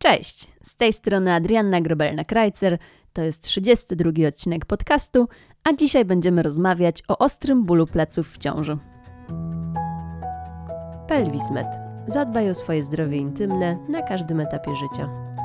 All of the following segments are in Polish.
Cześć, z tej strony Adrianna Grobelna-Krajcer, to jest 32 odcinek podcastu, a dzisiaj będziemy rozmawiać o ostrym bólu pleców w ciąży. Pelwismed. Zadbaj o swoje zdrowie intymne na każdym etapie życia.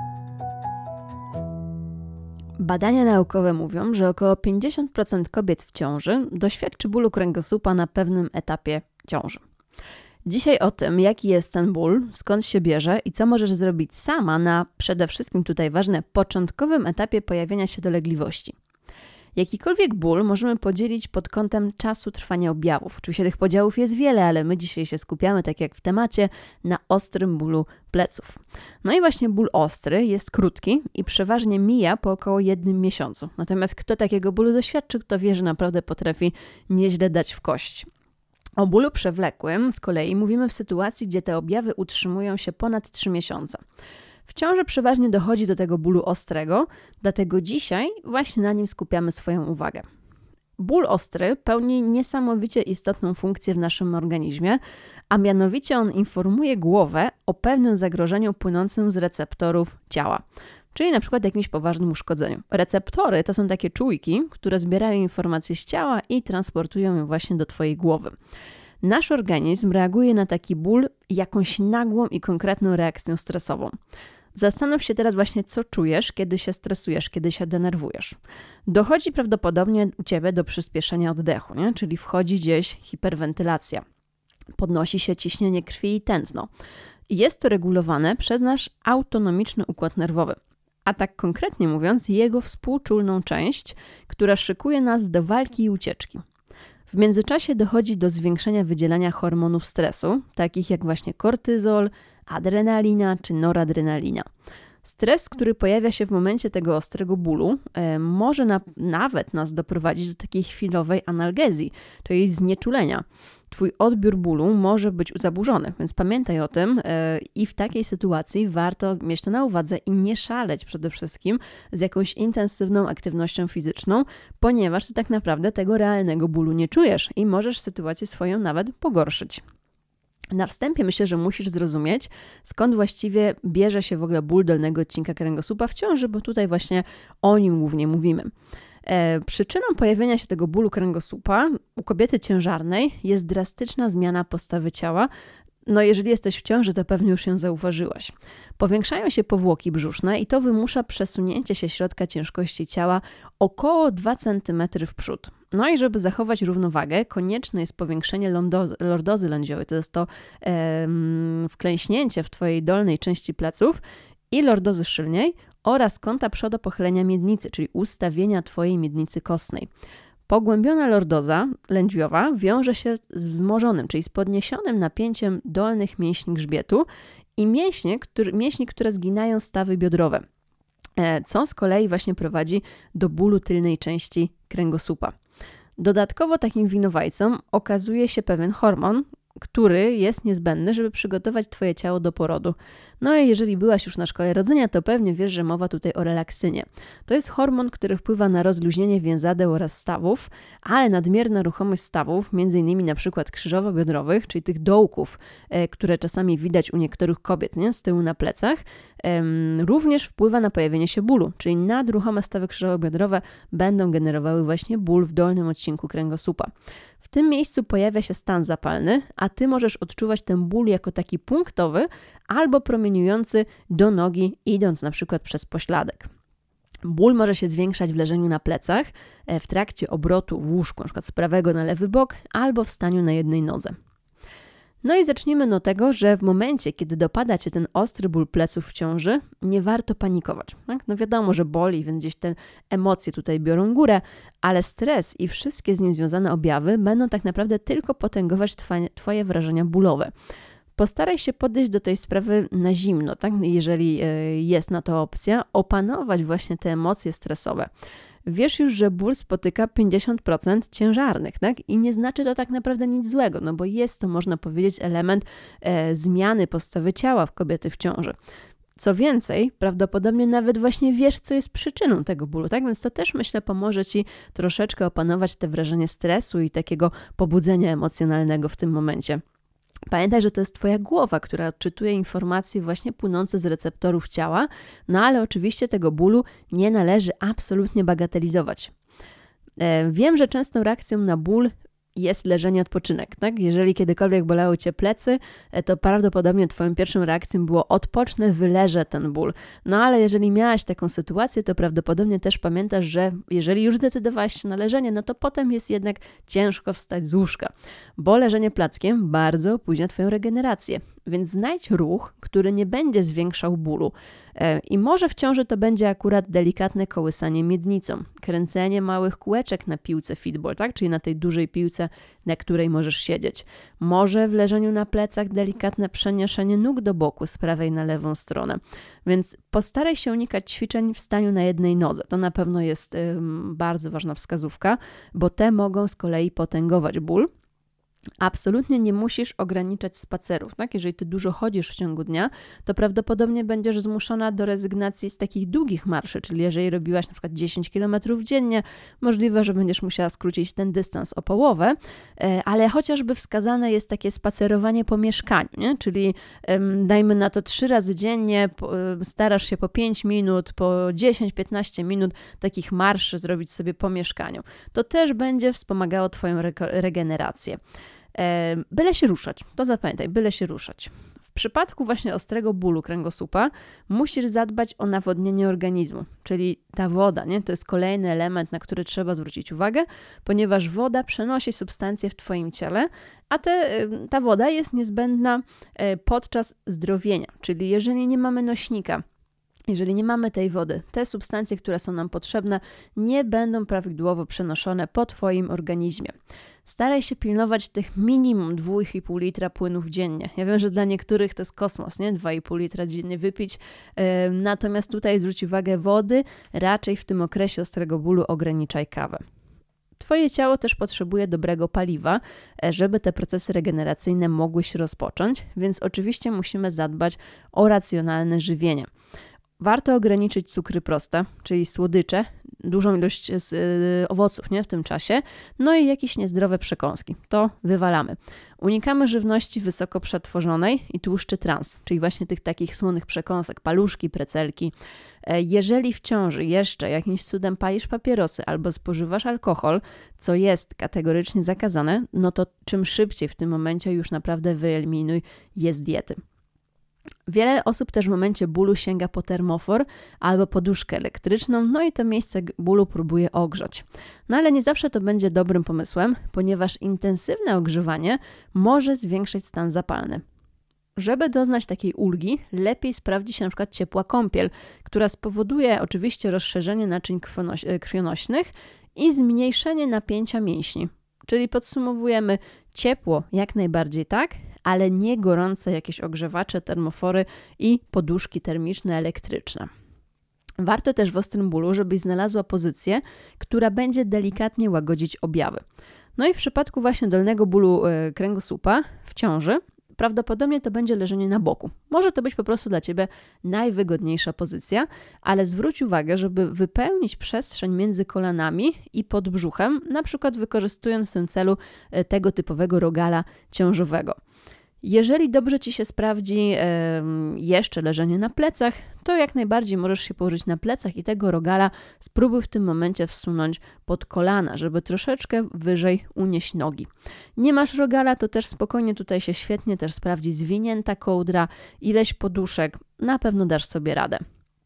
Badania naukowe mówią, że około 50% kobiet w ciąży doświadczy bólu kręgosłupa na pewnym etapie ciąży. Dzisiaj o tym, jaki jest ten ból, skąd się bierze i co możesz zrobić sama na przede wszystkim tutaj ważne początkowym etapie pojawienia się dolegliwości. Jakikolwiek ból możemy podzielić pod kątem czasu trwania objawów. Oczywiście tych podziałów jest wiele, ale my dzisiaj się skupiamy, tak jak w temacie, na ostrym bólu pleców. No i właśnie ból ostry jest krótki i przeważnie mija po około 1 miesiącu. Natomiast kto takiego bólu doświadczył, kto wie, że naprawdę potrafi nieźle dać w kość. O bólu przewlekłym z kolei mówimy w sytuacji, gdzie te objawy utrzymują się ponad 3 miesiące. W ciąży przeważnie dochodzi do tego bólu ostrego, dlatego dzisiaj właśnie na nim skupiamy swoją uwagę. Ból ostry pełni niesamowicie istotną funkcję w naszym organizmie, a mianowicie on informuje głowę o pewnym zagrożeniu płynącym z receptorów ciała, czyli na przykład jakimś poważnym uszkodzeniu. Receptory to są takie czujki, które zbierają informacje z ciała i transportują je właśnie do Twojej głowy. Nasz organizm reaguje na taki ból jakąś nagłą i konkretną reakcją stresową. Zastanów się teraz właśnie, co czujesz, kiedy się stresujesz, kiedy się denerwujesz. Dochodzi prawdopodobnie u Ciebie do przyspieszenia oddechu, nie? Czyli wchodzi gdzieś hiperwentylacja. Podnosi się ciśnienie krwi i tętno. Jest to regulowane przez nasz autonomiczny układ nerwowy. A tak konkretnie mówiąc, jego współczulną część, która szykuje nas do walki i ucieczki. W międzyczasie dochodzi do zwiększenia wydzielania hormonów stresu, takich jak właśnie kortyzol, adrenalina czy noradrenalina. Stres, który pojawia się w momencie tego ostrego bólu, może nawet nas doprowadzić do takiej chwilowej analgezji, czyli znieczulenia. Twój odbiór bólu może być zaburzony, więc pamiętaj o tym i w takiej sytuacji warto mieć to na uwadze i nie szaleć przede wszystkim z jakąś intensywną aktywnością fizyczną, ponieważ ty tak naprawdę tego realnego bólu nie czujesz i możesz sytuację swoją nawet pogorszyć. Na wstępie myślę, że musisz zrozumieć, skąd właściwie bierze się w ogóle ból dolnego odcinka kręgosłupa w ciąży, bo tutaj właśnie o nim głównie mówimy. Przyczyną pojawienia się tego bólu kręgosłupa u kobiety ciężarnej jest drastyczna zmiana postawy ciała. No jeżeli jesteś w ciąży, to pewnie już ją zauważyłaś. Powiększają się powłoki brzuszne i to wymusza przesunięcie się środka ciężkości ciała około 2 cm w przód. No i żeby zachować równowagę, konieczne jest powiększenie lordozy lędźwiowej, to jest to wklęśnięcie w Twojej dolnej części pleców i lordozy szylniej oraz kąta przodopochylenia miednicy, czyli ustawienia Twojej miednicy kostnej. Pogłębiona lordoza lędźwiowa wiąże się z wzmożonym, czyli z podniesionym napięciem dolnych mięśni grzbietu i mięśni, które zginają stawy biodrowe, co z kolei właśnie prowadzi do bólu tylnej części kręgosłupa. Dodatkowo takim winowajcą okazuje się pewien hormon, który jest niezbędny, żeby przygotować Twoje ciało do porodu. No i jeżeli byłaś już na szkole rodzenia, to pewnie wiesz, że mowa tutaj o relaksynie. To jest hormon, który wpływa na rozluźnienie więzadeł oraz stawów, ale nadmierna ruchomość stawów, m.in. na przykład krzyżowo-biodrowych, czyli tych dołków, które czasami widać u niektórych kobiet, nie? Z tyłu na plecach, również wpływa na pojawienie się bólu, czyli nadruchome stawy krzyżowo-biodrowe będą generowały właśnie ból w dolnym odcinku kręgosłupa. W tym miejscu pojawia się stan zapalny, a Ty możesz odczuwać ten ból jako taki punktowy albo promieniujący do nogi, idąc na przykład przez pośladek. Ból może się zwiększać w leżeniu na plecach, w trakcie obrotu w łóżku, na przykład z prawego na lewy bok albo w staniu na jednej nodze. No i zacznijmy od tego, że w momencie, kiedy dopada Cię ten ostry ból pleców w ciąży, nie warto panikować. Tak? No wiadomo, że boli, więc gdzieś te emocje tutaj biorą górę, ale stres i wszystkie z nim związane objawy będą tak naprawdę tylko potęgować Twoje wrażenia bólowe. Postaraj się podejść do tej sprawy na zimno, tak? Jeżeli jest na to opcja, opanować właśnie te emocje stresowe. Wiesz już, że ból spotyka 50% ciężarnych, tak? I nie znaczy to tak naprawdę nic złego, no bo jest to, można powiedzieć, element zmiany postawy ciała w kobiety w ciąży. Co więcej, prawdopodobnie nawet właśnie wiesz, co jest przyczyną tego bólu, tak? Więc to też, myślę, pomoże Ci troszeczkę opanować te wrażenie stresu i takiego pobudzenia emocjonalnego w tym momencie. Pamiętaj, że to jest Twoja głowa, która odczytuje informacje właśnie płynące z receptorów ciała, no ale oczywiście tego bólu nie należy absolutnie bagatelizować. Wiem, że częstą reakcją na ból jest leżenie, odpoczynek, tak? Jeżeli kiedykolwiek bolały Cię plecy, to prawdopodobnie Twoją pierwszą reakcją było odpocznę, wyleżę ten ból. No ale jeżeli miałaś taką sytuację, to prawdopodobnie też pamiętasz, że jeżeli już zdecydowałaś się na leżenie, no to potem jest jednak ciężko wstać z łóżka, bo leżenie plackiem bardzo opóźnia Twoją regenerację. Więc znajdź ruch, który nie będzie zwiększał bólu. I może w ciąży to będzie akurat delikatne kołysanie miednicą, kręcenie małych kółeczek na piłce fitball, tak? Czyli na tej dużej piłce, na której możesz siedzieć. Może w leżeniu na plecach delikatne przeniesienie nóg do boku z prawej na lewą stronę. Więc postaraj się unikać ćwiczeń w staniu na jednej nodze. To na pewno jest bardzo ważna wskazówka, bo te mogą z kolei potęgować ból. Absolutnie nie musisz ograniczać spacerów, tak? Jeżeli Ty dużo chodzisz w ciągu dnia, to prawdopodobnie będziesz zmuszona do rezygnacji z takich długich marszy, czyli jeżeli robiłaś na przykład 10 km dziennie, możliwe, że będziesz musiała skrócić ten dystans o połowę, ale chociażby wskazane jest takie spacerowanie po mieszkaniu, nie? Czyli dajmy na to 3 razy dziennie, starasz się po 5 minut, po 10-15 minut takich marszy zrobić sobie po mieszkaniu. To też będzie wspomagało Twoją regenerację. Byle się ruszać, to zapamiętaj, byle się ruszać. W przypadku właśnie ostrego bólu kręgosłupa musisz zadbać o nawodnienie organizmu, czyli ta woda, nie? To jest kolejny element, na który trzeba zwrócić uwagę, ponieważ woda przenosi substancje w Twoim ciele, a ta woda jest niezbędna podczas zdrowienia, czyli jeżeli nie mamy nośnika, jeżeli nie mamy tej wody, te substancje, które są nam potrzebne, nie będą prawidłowo przenoszone po Twoim organizmie. Staraj się pilnować tych minimum 2,5 litra płynów dziennie. Ja wiem, że dla niektórych to jest kosmos, nie? 2,5 litra dziennie wypić. Natomiast tutaj zwróć uwagę wody, raczej w tym okresie ostrego bólu ograniczaj kawę. Twoje ciało też potrzebuje dobrego paliwa, żeby te procesy regeneracyjne mogły się rozpocząć, więc oczywiście musimy zadbać o racjonalne żywienie. Warto ograniczyć cukry proste, czyli słodycze, dużą ilość owoców, nie, w tym czasie, no i jakieś niezdrowe przekąski. To wywalamy. Unikamy żywności wysoko przetworzonej i tłuszczy trans, czyli właśnie tych takich słonych przekąsek, paluszki, precelki. Jeżeli w ciąży jeszcze jakimś cudem palisz papierosy albo spożywasz alkohol, co jest kategorycznie zakazane, no to czym szybciej w tym momencie już naprawdę wyeliminuj je z diety. Wiele osób też w momencie bólu sięga po termofor albo poduszkę elektryczną, no i to miejsce bólu próbuje ogrzać. No ale nie zawsze to będzie dobrym pomysłem, ponieważ intensywne ogrzewanie może zwiększyć stan zapalny. Żeby doznać takiej ulgi, lepiej sprawdzi się na przykład ciepła kąpiel, która spowoduje oczywiście rozszerzenie naczyń krwionośnych i zmniejszenie napięcia mięśni. Czyli podsumowujemy ciepło jak najbardziej tak, ale nie gorące jakieś ogrzewacze, termofory i poduszki termiczne, elektryczne. Warto też w ostrym bólu, żebyś znalazła pozycję, która będzie delikatnie łagodzić objawy. No i w przypadku właśnie dolnego bólu kręgosłupa w ciąży, prawdopodobnie to będzie leżenie na boku. Może to być po prostu dla Ciebie najwygodniejsza pozycja, ale zwróć uwagę, żeby wypełnić przestrzeń między kolanami i pod brzuchem, na przykład wykorzystując w tym celu tego typowego rogala ciążowego. Jeżeli dobrze Ci się sprawdzi jeszcze leżenie na plecach, to jak najbardziej możesz się położyć na plecach i tego rogala spróbuj w tym momencie wsunąć pod kolana, żeby troszeczkę wyżej unieść nogi. Nie masz rogala, to też spokojnie tutaj się świetnie też sprawdzi zwinięta kołdra, ileś poduszek, na pewno dasz sobie radę.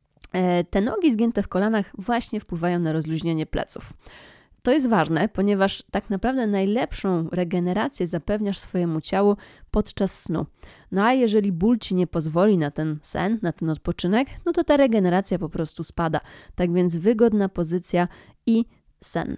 Te nogi zgięte w kolanach właśnie wpływają na rozluźnienie pleców. To jest ważne, ponieważ tak naprawdę najlepszą regenerację zapewniasz swojemu ciału podczas snu. No a jeżeli ból Ci nie pozwoli na ten sen, na ten odpoczynek, no to ta regeneracja po prostu spada. Tak więc wygodna pozycja i sen.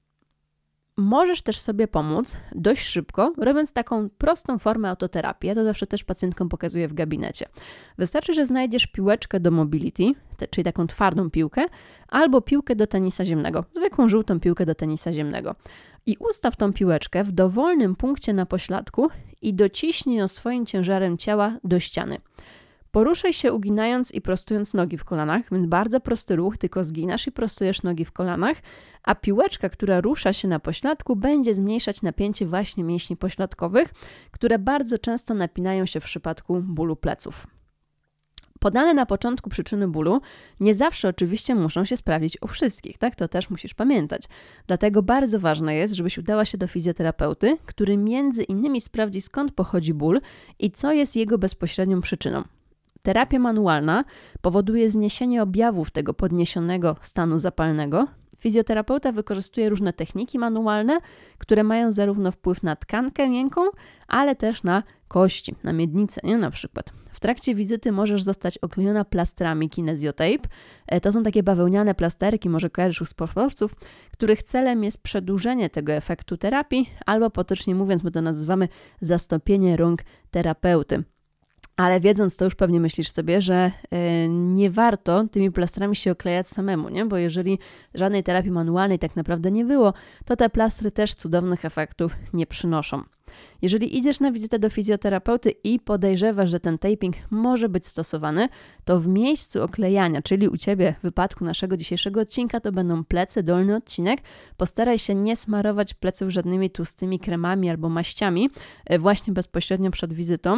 Możesz też sobie pomóc dość szybko, robiąc taką prostą formę autoterapii. Ja to zawsze też pacjentkom pokazuję w gabinecie. Wystarczy, że znajdziesz piłeczkę do mobility, czyli taką twardą piłkę, albo piłkę do tenisa ziemnego, zwykłą żółtą piłkę do tenisa ziemnego. I ustaw tą piłeczkę w dowolnym punkcie na pośladku i dociśnij ją swoim ciężarem ciała do ściany. Poruszaj się uginając i prostując nogi w kolanach, więc bardzo prosty ruch, tylko zginasz i prostujesz nogi w kolanach, a piłeczka, która rusza się na pośladku, będzie zmniejszać napięcie właśnie mięśni pośladkowych, które bardzo często napinają się w przypadku bólu pleców. Podane na początku przyczyny bólu nie zawsze oczywiście muszą się sprawdzić u wszystkich, tak? To też musisz pamiętać. Dlatego bardzo ważne jest, żebyś udała się do fizjoterapeuty, który między innymi sprawdzi, skąd pochodzi ból i co jest jego bezpośrednią przyczyną. Terapia manualna powoduje zniesienie objawów tego podniesionego stanu zapalnego. Fizjoterapeuta wykorzystuje różne techniki manualne, które mają zarówno wpływ na tkankę miękką, ale też na kości, na miednicę, nie? Na przykład. W trakcie wizyty możesz zostać oklejona plastrami Kinesiotape. To są takie bawełniane plasterki, może kojarzysz u sportowców, których celem jest przedłużenie tego efektu terapii, albo potocznie mówiąc, my to nazywamy zastąpienie rąk terapeuty. Ale wiedząc to, już pewnie myślisz sobie, że nie warto tymi plastrami się oklejać samemu, nie? Bo jeżeli żadnej terapii manualnej tak naprawdę nie było, to te plastry też cudownych efektów nie przynoszą. Jeżeli idziesz na wizytę do fizjoterapeuty i podejrzewasz, że ten taping może być stosowany, to w miejscu oklejania, czyli u Ciebie w wypadku naszego dzisiejszego odcinka, to będą plecy, dolny odcinek. Postaraj się nie smarować pleców żadnymi tłustymi kremami albo maściami właśnie bezpośrednio przed wizytą,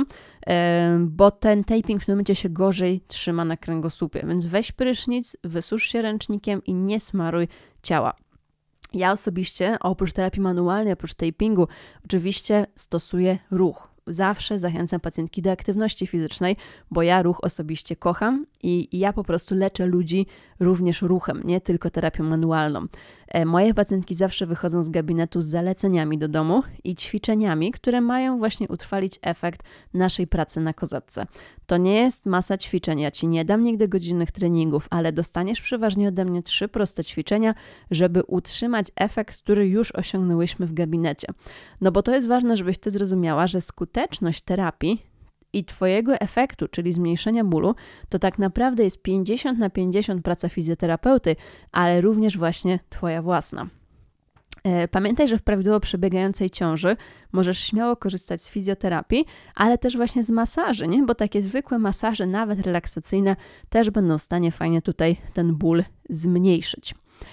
bo ten taping w tym momencie się gorzej trzyma na kręgosłupie. Więc weź prysznic, wysusz się ręcznikiem i nie smaruj ciała. Ja osobiście, oprócz terapii manualnej, oprócz tapingu, oczywiście stosuję ruch. Zawsze zachęcam pacjentki do aktywności fizycznej, bo ja ruch osobiście kocham i ja po prostu leczę ludzi również ruchem, nie tylko terapią manualną. Moje pacjentki zawsze wychodzą z gabinetu z zaleceniami do domu i ćwiczeniami, które mają właśnie utrwalić efekt naszej pracy na kozatce. To nie jest masa ćwiczeń, ja Ci nie dam nigdy godzinnych treningów, ale dostaniesz przeważnie ode mnie 3 proste ćwiczenia, żeby utrzymać efekt, który już osiągnęłyśmy w gabinecie. No bo to jest ważne, żebyś Ty zrozumiała, że skuteczność terapii i Twojego efektu, czyli zmniejszenia bólu, to tak naprawdę jest 50/50 praca fizjoterapeuty, ale również właśnie Twoja własna. Pamiętaj, że w prawidłowo przebiegającej ciąży możesz śmiało korzystać z fizjoterapii, ale też właśnie z masaży, nie? Bo takie zwykłe masaże, nawet relaksacyjne, też będą w stanie fajnie tutaj ten ból zmniejszyć.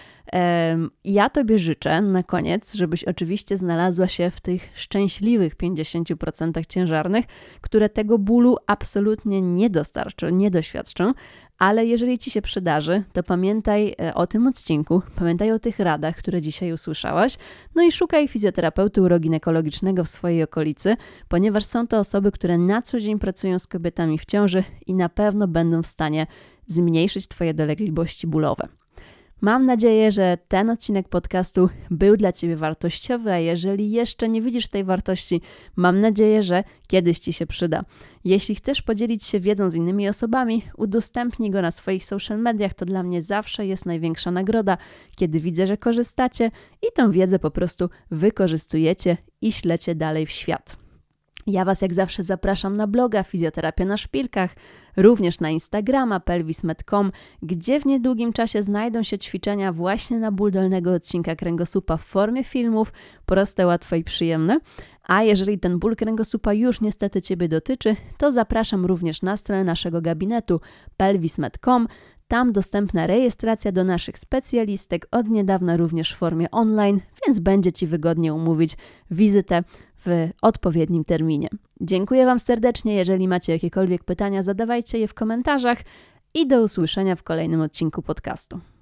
Ja Tobie życzę na koniec, żebyś oczywiście znalazła się w tych szczęśliwych 50% ciężarnych, które tego bólu absolutnie nie dostarczą, nie doświadczą, ale jeżeli Ci się przydarzy, to pamiętaj o tym odcinku, pamiętaj o tych radach, które dzisiaj usłyszałaś, no i szukaj fizjoterapeuty uroginekologicznego w swojej okolicy, ponieważ są to osoby, które na co dzień pracują z kobietami w ciąży i na pewno będą w stanie zmniejszyć Twoje dolegliwości bólowe. Mam nadzieję, że ten odcinek podcastu był dla Ciebie wartościowy, a jeżeli jeszcze nie widzisz tej wartości, mam nadzieję, że kiedyś Ci się przyda. Jeśli chcesz podzielić się wiedzą z innymi osobami, udostępnij go na swoich social mediach, to dla mnie zawsze jest największa nagroda, kiedy widzę, że korzystacie i tę wiedzę po prostu wykorzystujecie i ślecie dalej w świat. Ja Was jak zawsze zapraszam na bloga Fizjoterapia na Szpilkach, również na Instagrama pelvismed.com, gdzie w niedługim czasie znajdą się ćwiczenia właśnie na ból dolnego odcinka kręgosłupa w formie filmów, proste, łatwe i przyjemne. A jeżeli ten ból kręgosłupa już niestety Ciebie dotyczy, to zapraszam również na stronę naszego gabinetu pelvismed.com. Tam dostępna rejestracja do naszych specjalistek, od niedawna również w formie online, więc będzie Ci wygodnie umówić wizytę w odpowiednim terminie. Dziękuję Wam serdecznie. Jeżeli macie jakiekolwiek pytania, zadawajcie je w komentarzach i do usłyszenia w kolejnym odcinku podcastu.